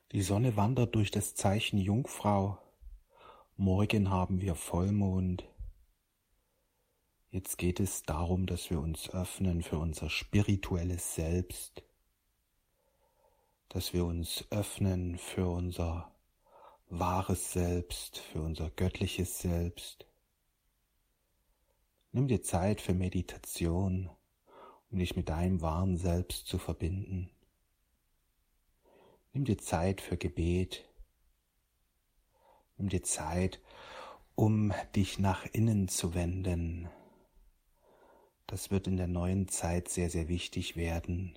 Die Sonne wandert durch das Zeichen Jungfrau. Morgen haben wir Vollmond. Jetzt geht es darum, dass wir uns öffnen für unser spirituelles Selbst, dass wir uns öffnen für unser wahres Selbst, für unser göttliches Selbst. Nimm dir Zeit für Meditation, um dich mit deinem wahren Selbst zu verbinden. Nimm dir Zeit für Gebet. Nimm dir Zeit, um dich nach innen zu wenden. Das wird in der neuen Zeit sehr, sehr wichtig werden.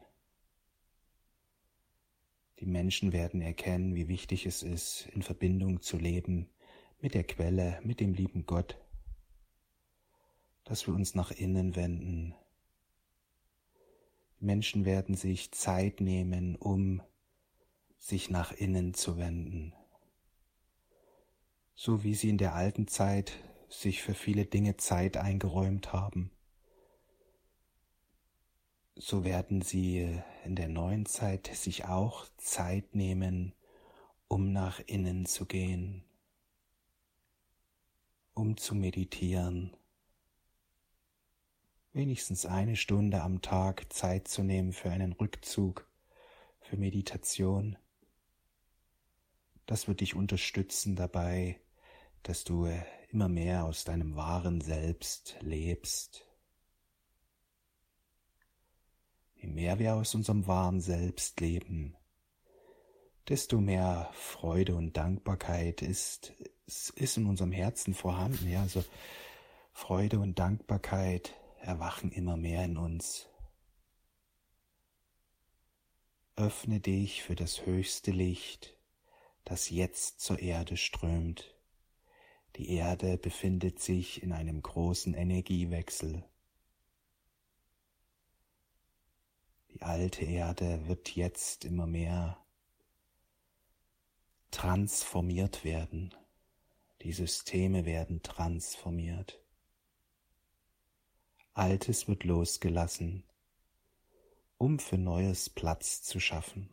Die Menschen werden erkennen, wie wichtig es ist, in Verbindung zu leben mit der Quelle, mit dem lieben Gott, dass wir uns nach innen wenden. Die Menschen werden sich Zeit nehmen, um sich nach innen zu wenden. So wie sie in der alten Zeit sich für viele Dinge Zeit eingeräumt haben, so werden sie in der neuen Zeit sich auch Zeit nehmen, um nach innen zu gehen, um zu meditieren. Wenigstens eine Stunde am Tag Zeit zu nehmen für einen Rückzug, für Meditation. Das wird dich unterstützen dabei, dass du immer mehr aus deinem wahren Selbst lebst. Je mehr wir aus unserem wahren Selbst leben, desto mehr Freude und Dankbarkeit ist in unserem Herzen vorhanden. Ja, also Freude und Dankbarkeit erwachen immer mehr in uns. Öffne dich für das höchste Licht, das jetzt zur Erde strömt. Die Erde befindet sich in einem großen Energiewechsel. Die alte Erde wird jetzt immer mehr transformiert werden. Die Systeme werden transformiert. Altes wird losgelassen, um für Neues Platz zu schaffen.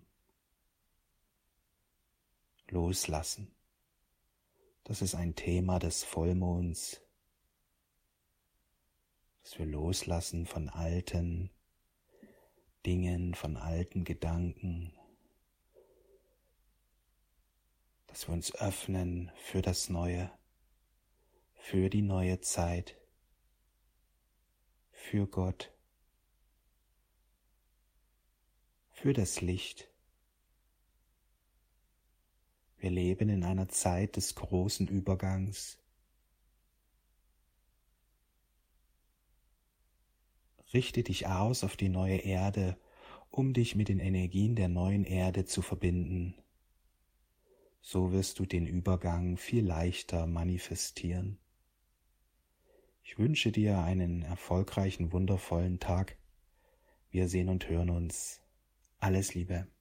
Loslassen. Das ist ein Thema des Vollmonds, dass wir loslassen von alten Dingen, von alten Gedanken, dass wir uns öffnen für das Neue, für die neue Zeit, für Gott, für das Licht. Wir leben in einer Zeit des großen Übergangs. Richte dich aus auf die neue Erde, um dich mit den Energien der neuen Erde zu verbinden. So wirst du den Übergang viel leichter manifestieren. Ich wünsche dir einen erfolgreichen, wundervollen Tag. Wir sehen und hören uns. Alles Liebe.